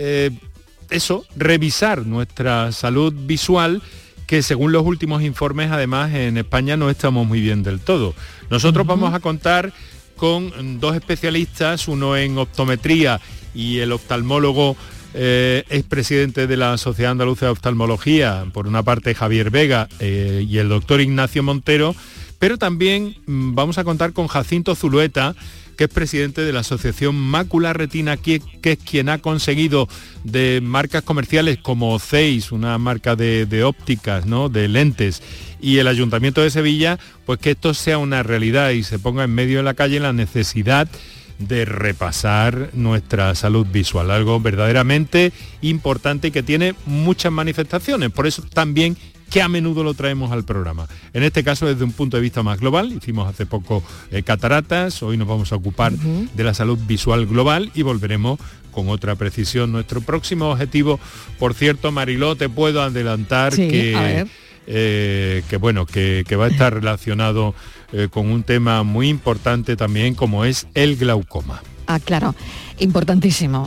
revisar nuestra salud visual, que según los últimos informes, además, en España no estamos muy bien del todo. Nosotros vamos a contar con dos especialistas, uno en optometría y el oftalmólogo expresidente de la Sociedad Andaluza de Oftalmología, por una parte Javier Vega, y el doctor Ignacio Montero. Pero también vamos a contar con Jacinto Zulueta, que es presidente de la Asociación Mácula Retina, que es quien ha conseguido de marcas comerciales como Zeiss, una marca de ópticas, ¿no?, de lentes, y el Ayuntamiento de Sevilla, pues que esto sea una realidad y se ponga en medio de la calle la necesidad de repasar nuestra salud visual, algo verdaderamente importante y que tiene muchas manifestaciones. Por eso también que a menudo lo traemos al programa. En este caso, desde un punto de vista más global, hicimos hace poco cataratas, hoy nos vamos a ocupar de la salud visual global y volveremos con otra precisión. Nuestro próximo objetivo, por cierto, Mariló, te puedo adelantar que va a estar relacionado con un tema muy importante también, como es el glaucoma. Ah, claro, importantísimo,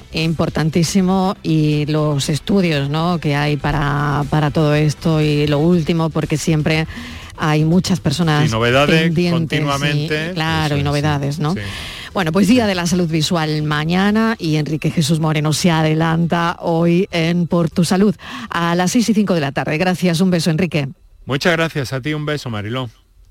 y los estudios, ¿no?, que hay para todo esto, y lo último, porque siempre hay muchas personas y novedades pendientes, continuamente. Claro, y novedades, ¿no? Sí. Bueno, pues Día de la Salud Visual mañana, y Enrique Jesús Moreno se adelanta hoy en Por tu Salud a las 6:05 de la tarde. Gracias, un beso, Enrique. Muchas gracias a ti, un beso, Mariló.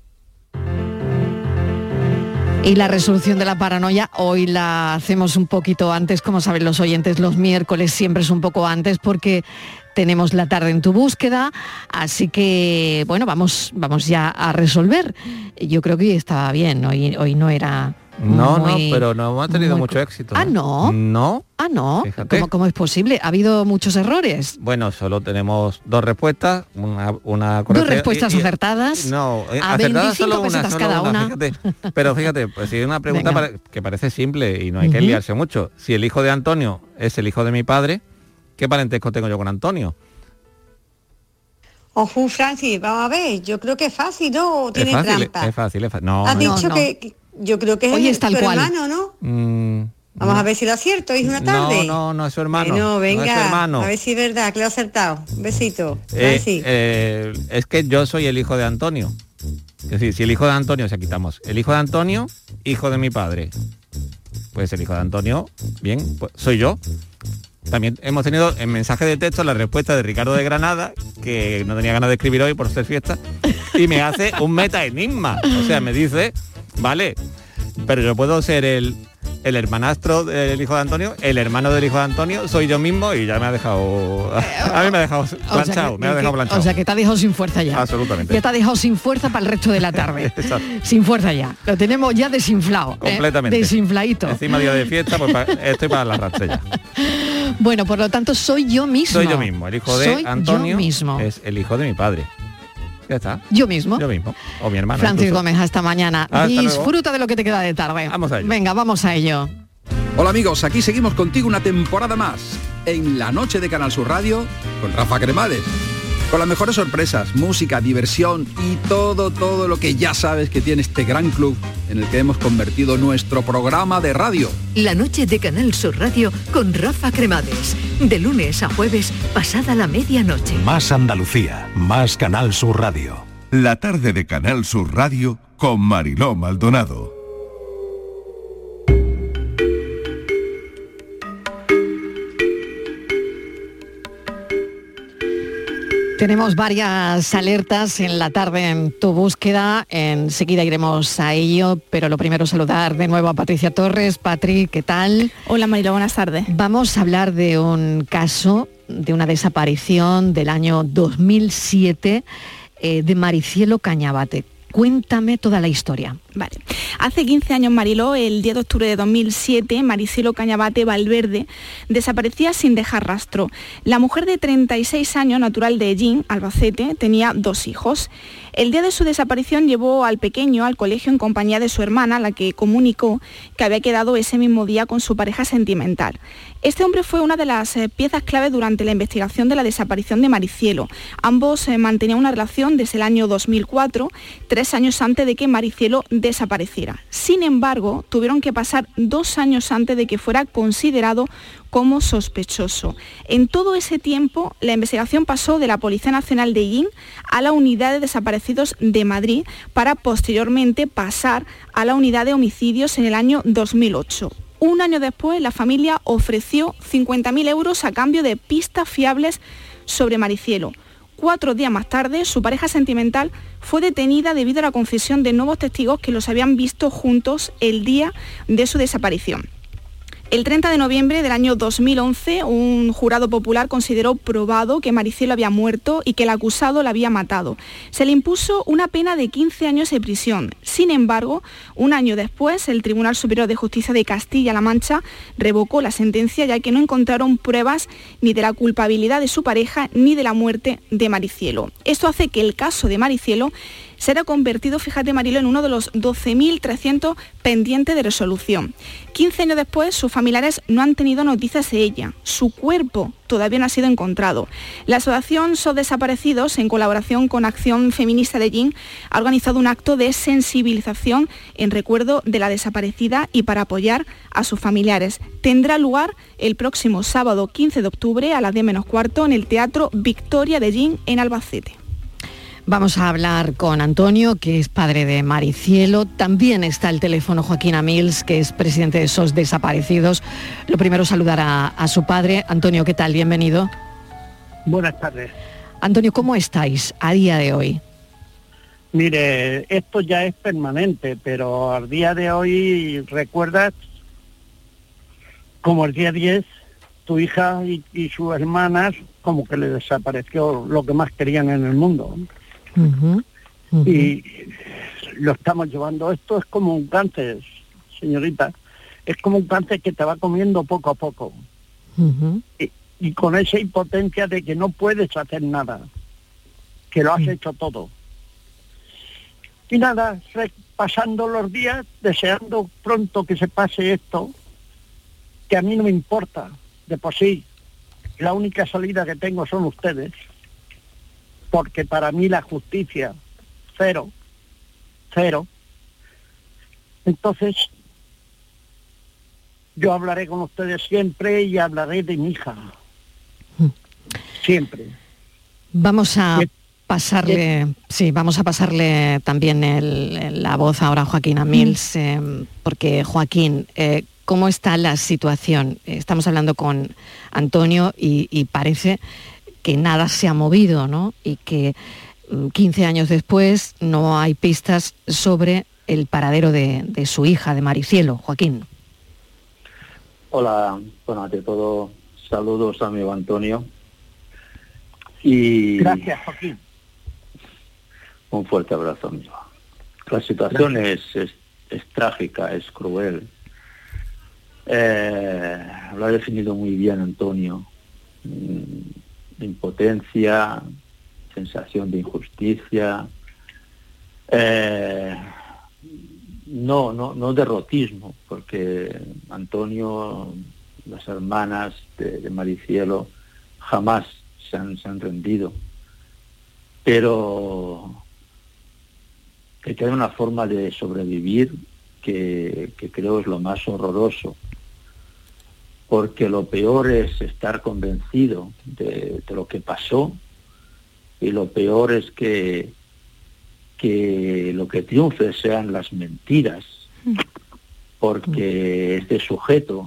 Y la resolución de la paranoia hoy la hacemos un poquito antes, como saben los oyentes, los miércoles siempre es un poco antes porque tenemos la tarde en tu búsqueda, así que bueno, vamos ya a resolver. Yo creo que hoy estaba bien, hoy no era... No, pero no hemos tenido mucho éxito. ¿Ah, no? No. Ah, no. Fíjate. ¿Cómo es posible? ¿Ha habido muchos errores? Bueno, solo tenemos dos respuestas, una correcta. ¿Dos respuestas acertadas? No, a acertadas 25 solo pesetas una, cada una. Fíjate. Pero fíjate, pues si hay una pregunta que parece simple y no hay que liarse mucho. Si el hijo de Antonio es el hijo de mi padre, ¿qué parentesco tengo yo con Antonio? Ojo, Francis, vamos a ver, yo creo que es fácil, ¿no? ¿O tiene trampa? Es fácil. No, has dicho que yo creo que es tu hermano, ¿no? Vamos a ver si lo acierto, es una tarde. No, es su hermano. No, venga, no es su hermano. A ver si es verdad, que lo he acertado. Un besito. Es que yo soy el hijo de Antonio. Es decir, si el hijo de Antonio, si quitamos el hijo de Antonio, hijo de mi padre, pues el hijo de Antonio, bien, pues soy yo. También hemos tenido en mensaje de texto la respuesta de Ricardo de Granada, que no tenía ganas de escribir hoy por ser fiesta, y me hace un meta enigma. O sea, me dice, vale, pero yo puedo ser el hermanastro del hijo de Antonio, el hermano del hijo de Antonio, soy yo mismo, y ya me ha dejado... A mí me ha dejado planchado, planchado. O sea, que te ha dejado sin fuerza ya. Absolutamente. Ya te ha dejado sin fuerza para el resto de la tarde. Sin fuerza ya. Lo tenemos ya desinflado. Completamente. Desinfladito. Encima día de fiesta, pues estoy para la rastrella. Bueno, por lo tanto, soy yo mismo. Soy yo mismo. El hijo de Antonio mismo. Es el hijo de mi padre. Ya está. Yo mismo. O mi hermano. Francis Gómez, hasta mañana. Hasta Disfruta luego. de lo que te queda de tarde. Vamos a ello. Venga, vamos a ello. Hola amigos, aquí seguimos contigo una temporada más en La Noche de Canal Sur Radio con Rafa Cremades. Con las mejores sorpresas, música, diversión y todo lo que ya sabes que tiene este gran club en el que hemos convertido nuestro programa de radio. La Noche de Canal Sur Radio con Rafa Cremades. De lunes a jueves, pasada la medianoche. Más Andalucía, más Canal Sur Radio. La tarde de Canal Sur Radio con Mariló Maldonado. Tenemos varias alertas en la tarde en Tu Búsqueda, enseguida iremos a ello, pero lo primero saludar de nuevo a Patricia Torres. Patri, ¿qué tal? Hola Marilo, buenas tardes. Vamos a hablar de un caso, de una desaparición del año 2007 de Maricielo Cañabate. Cuéntame toda la historia. Vale. Hace 15 años, Mariló, el 10 de octubre de 2007, Maricielo Cañabate Valverde desaparecía sin dejar rastro. La mujer de 36 años, natural de Ellín, Albacete, tenía 2 hijos. El día de su desaparición llevó al pequeño al colegio en compañía de su hermana, la que comunicó que había quedado ese mismo día con su pareja sentimental. Este hombre fue una de las piezas clave durante la investigación de la desaparición de Maricielo. Ambos mantenían una relación desde el año 2004, 3 años antes de que Maricielo desapareciera. Sin embargo, tuvieron que pasar 2 años antes de que fuera considerado como sospechoso. En todo ese tiempo, la investigación pasó de la Policía Nacional de Ellín a la Unidad de Desaparecidos de Madrid para posteriormente pasar a la Unidad de Homicidios en el año 2008. Un año después, la familia ofreció 50.000 euros a cambio de pistas fiables sobre Maricielo. 4 días más tarde, su pareja sentimental fue detenida debido a la confesión de nuevos testigos que los habían visto juntos el día de su desaparición. El 30 de noviembre del año 2011, un jurado popular consideró probado que Maricielo había muerto y que el acusado la había matado. Se le impuso una pena de 15 años de prisión. Sin embargo, un año después, el Tribunal Superior de Justicia de Castilla-La Mancha revocó la sentencia, ya que no encontraron pruebas ni de la culpabilidad de su pareja ni de la muerte de Maricielo. Esto hace que el caso de Maricielo será convertido, fíjate Marilo, en uno de los 12.300 pendientes de resolución. 15 años después, sus familiares no han tenido noticias de ella. Su cuerpo todavía no ha sido encontrado. La asociación SOS Desaparecidos, en colaboración con Acción Feminista de Ellín, ha organizado un acto de sensibilización en recuerdo de la desaparecida y para apoyar a sus familiares. Tendrá lugar el próximo sábado 15 de octubre a las 10 menos cuarto en el Teatro Victoria de Ellín, en Albacete. Vamos a hablar con Antonio, que es padre de Maricielo. También está el teléfono Joaquín Amils, que es presidente de SOS Desaparecidos. Lo primero, saludar a su padre. Antonio, ¿qué tal? Bienvenido. Buenas tardes. Antonio, ¿cómo estáis a día de hoy? Mire, esto ya es permanente, pero al día de hoy recuerdas como el día 10, tu hija y sus hermanas como que le desapareció lo que más querían en el mundo. Y lo estamos llevando. Esto es como un cáncer, señorita. Es como un cáncer que te va comiendo poco a poco. Y con esa impotencia de que no puedes hacer nada, que lo has hecho todo. Y nada, pasando los días, deseando pronto que se pase esto, que a mí no me importa, de por sí. La única salida que tengo son ustedes, porque para mí la justicia, cero. Entonces, yo hablaré con ustedes siempre y hablaré de mi hija. Siempre. Vamos a pasarle también la voz ahora a Joaquín Amils, porque Joaquín, ¿cómo está la situación? Estamos hablando con Antonio y parece que nada se ha movido, ¿no? Y que 15 años después no hay pistas sobre el paradero de su hija, de Maricielo. Joaquín. Hola, bueno, ante todo, saludos a mi amigo Antonio. Y gracias, Joaquín. Un fuerte abrazo, amigo. La situación es trágica, es cruel. Lo ha definido muy bien Antonio. Impotencia, sensación de injusticia, no derrotismo, porque Antonio, las hermanas de Maricielo jamás se han rendido, pero que hay una forma de sobrevivir que creo es lo más horroroso, porque lo peor es estar convencido de lo que pasó, y lo peor es que lo que triunfe sean las mentiras, porque este sujeto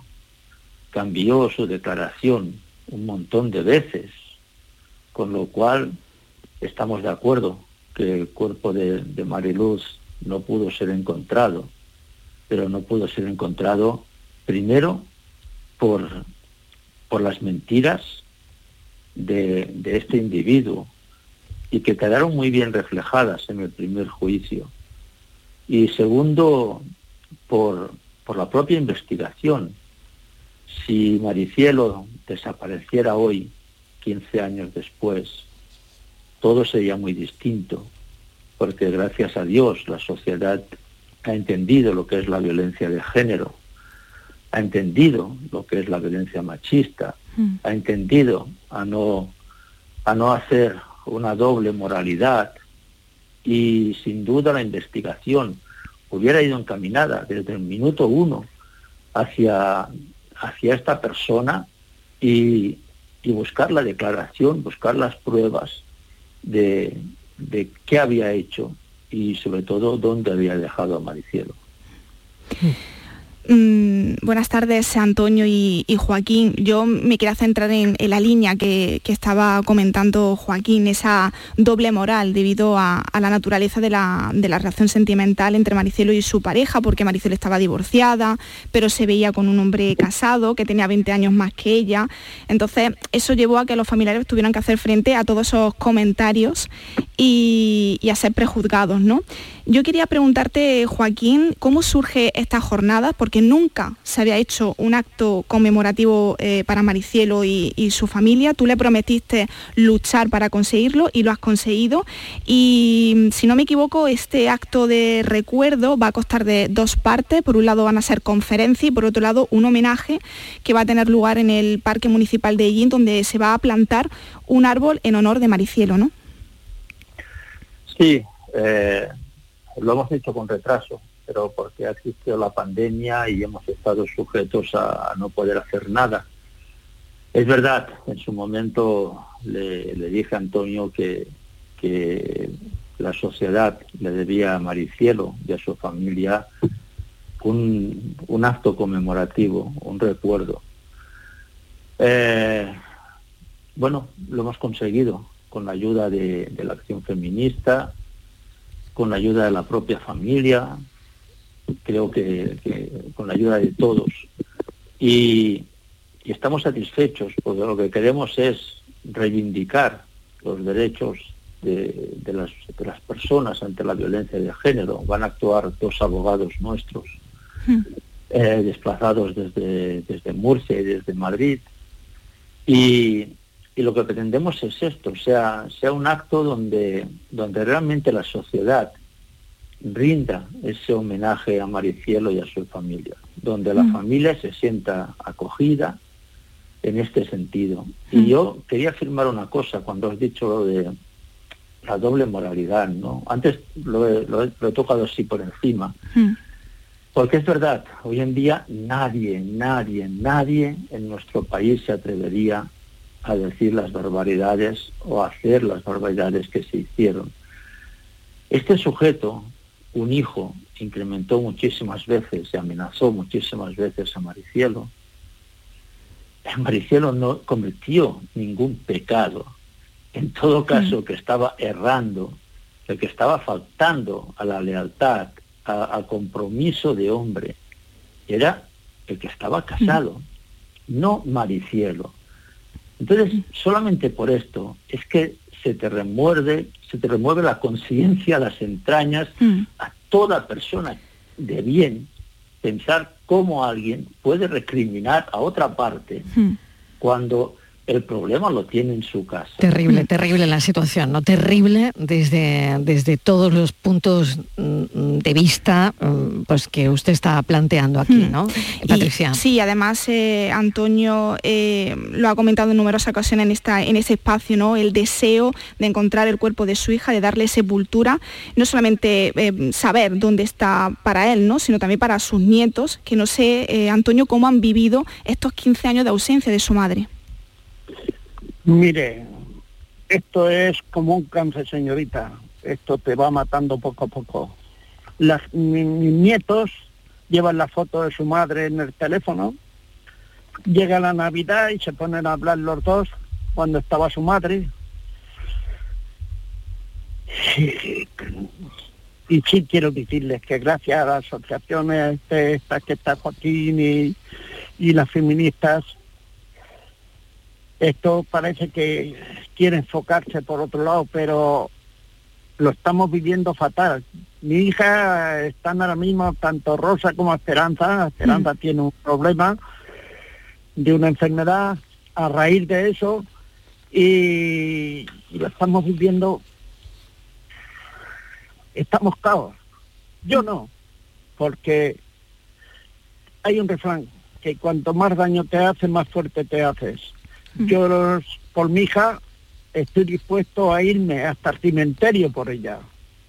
cambió su declaración un montón de veces, con lo cual estamos de acuerdo que el cuerpo de Mariluz no pudo ser encontrado, pero no pudo ser encontrado primero por las mentiras de este individuo, y que quedaron muy bien reflejadas en el primer juicio, y segundo por la propia investigación. Si Maricielo desapareciera hoy, 15 años después, todo sería muy distinto, porque gracias a Dios la sociedad ha entendido lo que es la violencia de género, ha entendido lo que es la violencia machista, ha entendido a no hacer una doble moralidad, y sin duda la investigación hubiera ido encaminada desde el minuto 1 hacia esta persona y buscar la declaración, buscar las pruebas de qué había hecho y sobre todo dónde había dejado a Maricielo. Buenas tardes, Antonio y Joaquín. Yo me quería centrar en la línea que estaba comentando Joaquín, esa doble moral debido a la naturaleza de la relación sentimental entre Maricielo y su pareja, porque Maricielo estaba divorciada, pero se veía con un hombre casado que tenía 20 años más que ella. Entonces, eso llevó a que los familiares tuvieran que hacer frente a todos esos comentarios y a ser prejuzgados, ¿no? Yo quería preguntarte, Joaquín, ¿cómo surge esta jornada? Porque nunca se había hecho un acto conmemorativo para Maricielo y su familia. Tú le prometiste luchar para conseguirlo y lo has conseguido. Y si no me equivoco, este acto de recuerdo va a constar de 2 partes. Por un lado van a ser conferencias y por otro lado un homenaje que va a tener lugar en el Parque Municipal de Ellín, donde se va a plantar un árbol en honor de Maricielo, ¿no? Sí, lo hemos hecho con retraso, pero porque ha existido la pandemia y hemos estado sujetos a no poder hacer nada. Es verdad, en su momento le dije a Antonio que la sociedad le debía a Maricielo y a su familia un acto conmemorativo, un recuerdo. Bueno, lo hemos conseguido con la ayuda de la acción feminista, con la ayuda de la propia familia, creo que con la ayuda de todos. Y estamos satisfechos, porque lo que queremos es reivindicar los derechos de las personas ante la violencia de género. Van a actuar 2 abogados nuestros, desplazados desde Murcia y desde Madrid. Y lo que pretendemos es esto, sea un acto donde realmente la sociedad rinda ese homenaje a Maricielo y a su familia, donde la familia se sienta acogida en este sentido. Y yo quería afirmar una cosa cuando has dicho lo de la doble moralidad, ¿no? Antes lo he tocado así por encima, porque es verdad, hoy en día nadie en nuestro país se atrevería a decir las barbaridades o a hacer las barbaridades que se hicieron. Este sujeto, un hijo, incrementó muchísimas veces y amenazó muchísimas veces a Maricielo. Maricielo no cometió ningún pecado. En todo caso, que estaba errando, el que estaba faltando a la lealtad, al compromiso de hombre, era el que estaba casado, no Maricielo. Entonces, solamente por esto es que se te remueve la conciencia, las entrañas a toda persona de bien, pensar cómo alguien puede recriminar a otra parte cuando el problema lo tiene en su casa. Terrible la situación, ¿no? Terrible desde todos los puntos de vista pues que usted está planteando aquí, ¿no? Patricia. Sí, además Antonio lo ha comentado en numerosas ocasiones en este espacio, ¿no? El deseo de encontrar el cuerpo de su hija, de darle sepultura, no solamente saber dónde está para él, ¿no? Sino también para sus nietos, que no sé, Antonio, cómo han vivido estos 15 años de ausencia de su madre. Mire, esto es como un cáncer, señorita. Esto te va matando poco a poco. Mis nietos llevan la foto de su madre en el teléfono. Llega la Navidad y se ponen a hablar los dos cuando estaba su madre. y sí quiero decirles que gracias a las asociaciones estas que está Joaquín y las feministas, esto parece que quiere enfocarse por otro lado, pero lo estamos viviendo fatal. Mi hija están ahora mismo, tanto Rosa como Esperanza. Esperanza tiene un problema de una enfermedad a raíz de eso y lo estamos viviendo. Estamos caos. Yo no, porque hay un refrán que cuanto más daño te hace, más fuerte te haces. Yo por mi hija estoy dispuesto a irme hasta el cementerio por ella.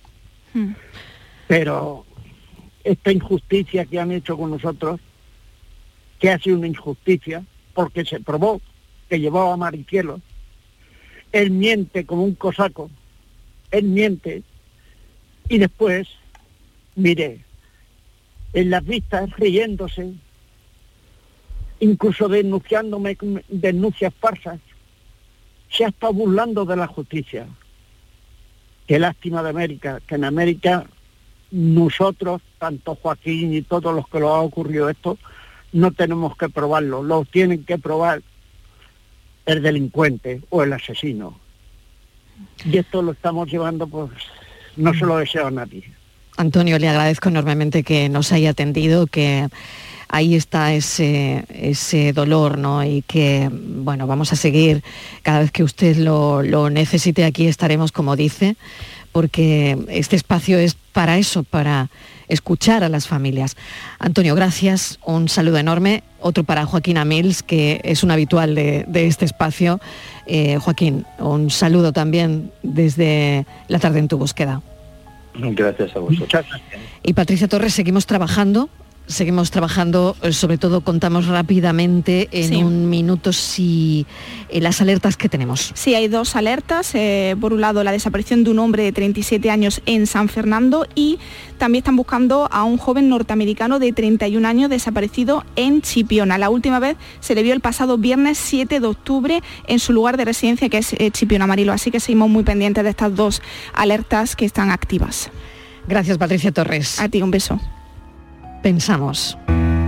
Pero esta injusticia que han hecho con nosotros, que ha sido una injusticia, porque se probó que llevaba a Maricielo, él miente como un cosaco, él miente, y después, mire, en las vistas riéndose, incluso denunciándome, denuncias falsas, se ha estado burlando de la justicia. Qué lástima de América, que en América nosotros, tanto Joaquín y todos los que lo ha ocurrido esto, no tenemos que probarlo, lo tienen que probar el delincuente o el asesino. Y esto lo estamos llevando, pues, no se lo deseo a nadie. Antonio, le agradezco enormemente que nos haya atendido, que ahí está ese dolor, ¿no? Y que, bueno, vamos a seguir, cada vez que usted lo necesite, aquí estaremos, como dice, porque este espacio es para eso, para escuchar a las familias. Antonio, gracias, un saludo enorme. Otro para Joaquín Amils, que es un habitual de este espacio. Joaquín, un saludo también desde La tarde en tu búsqueda. Gracias a vosotros. Y Patricia Torres, seguimos trabajando, sobre todo contamos rápidamente en un minuto las alertas que tenemos. Sí, hay dos alertas. Por un lado, la desaparición de un hombre de 37 años en San Fernando, y también están buscando a un joven norteamericano de 31 años desaparecido en Chipiona. La última vez se le vio el pasado viernes 7 de octubre en su lugar de residencia, que es Chipiona, Marilo. Así que seguimos muy pendientes de estas dos alertas que están activas. Gracias, Patricia Torres. A ti, un beso. Pensamos.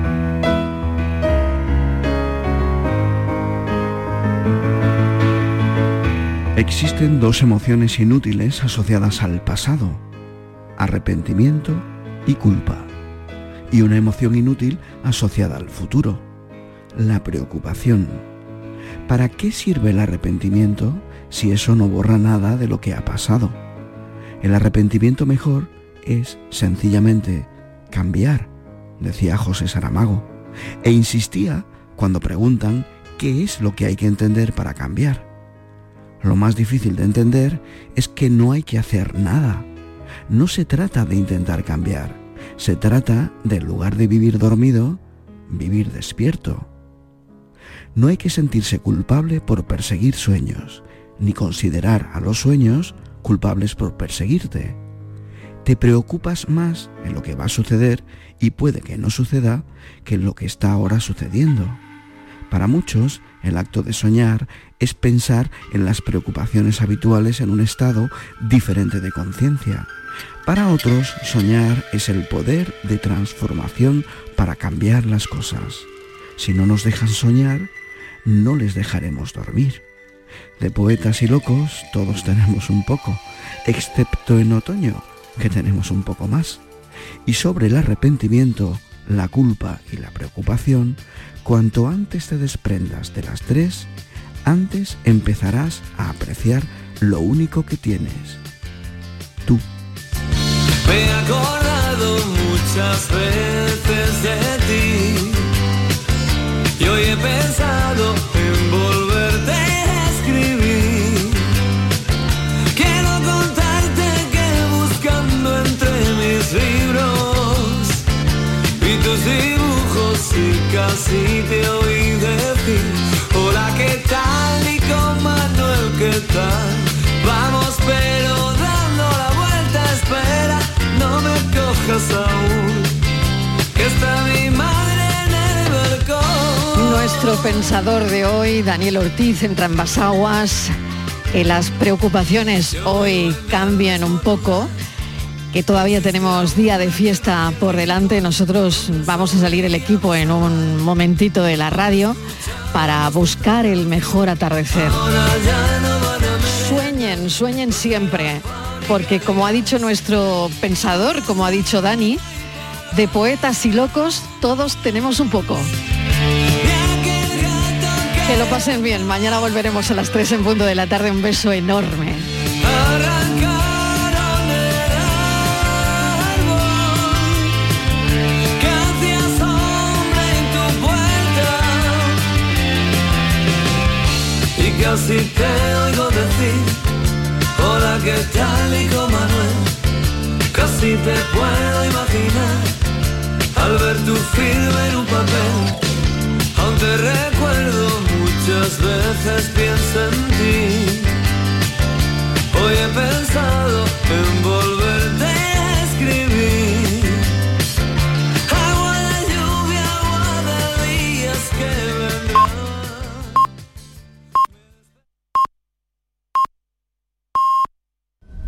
Existen dos emociones inútiles asociadas al pasado: arrepentimiento y culpa. Y una emoción inútil asociada al futuro: la preocupación. ¿Para qué sirve el arrepentimiento si eso no borra nada de lo que ha pasado? El arrepentimiento mejor es sencillamente cambiar, decía José Saramago, e insistía cuando preguntan qué es lo que hay que entender para cambiar. Lo más difícil de entender es que no hay que hacer nada. No se trata de intentar cambiar, se trata de, en lugar de vivir dormido, vivir despierto. No hay que sentirse culpable por perseguir sueños, ni considerar a los sueños culpables por perseguirte. Te preocupas más en lo que va a suceder, y puede que no suceda, que en lo que está ahora sucediendo. Para muchos, el acto de soñar es pensar en las preocupaciones habituales en un estado diferente de conciencia. Para otros, soñar es el poder de transformación para cambiar las cosas. Si no nos dejan soñar, no les dejaremos dormir. De poetas y locos todos tenemos un poco, excepto en otoño, que tenemos un poco más. Y sobre el arrepentimiento, la culpa y la preocupación, cuanto antes te desprendas de las tres, antes empezarás a apreciar lo único que tienes: tú. Me he acordado muchas veces de ti, y hoy he pensado en volverte a escribir. Quiero contarte que buscando entre mis libros y tus dibujos, y casi te oí decir: hola, ¿qué tal? Y con Manuel, ¿qué tal? Vamos, pero dando la vuelta, espera, no me cojas aún, que está mi madre en el balcón. Nuestro pensador de hoy, Daniel Ortiz, en Trambasaguas, que las preocupaciones hoy cambien un poco, que todavía tenemos día de fiesta por delante. Nosotros vamos a salir el equipo en un momentito de la radio para buscar el mejor atardecer. Sueñen siempre, porque como ha dicho nuestro pensador, como ha dicho Dani, de poetas y locos todos tenemos un poco. Que lo pasen bien. Mañana volveremos a las 3 en punto de la tarde. Un beso enorme. Y casi te oigo decir, hola, ¿qué tal, hijo Manuel? Casi te puedo imaginar al ver tu firma en un papel. Aún te recuerdo, muchas veces pienso en ti. Hoy he pensado en volver